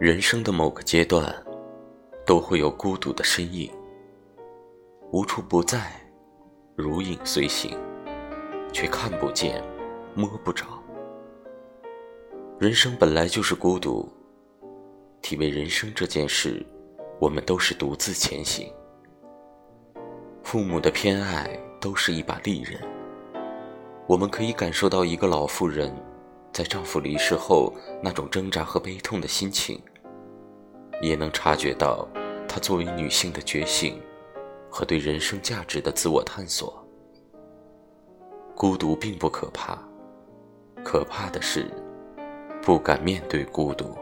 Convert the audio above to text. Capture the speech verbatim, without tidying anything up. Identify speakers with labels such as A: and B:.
A: 人生的某个阶段，都会有孤独的身影，无处不在，如影随形，却看不见，摸不着。人生本来就是孤独，体味人生这件事，我们都是独自前行。父母的偏爱都是一把利刃，我们可以感受到一个老妇人在丈夫离世后那种挣扎和悲痛的心情，也能察觉到她作为女性的觉醒和对人生价值的自我探索。孤独并不可怕，可怕的是不敢面对孤独。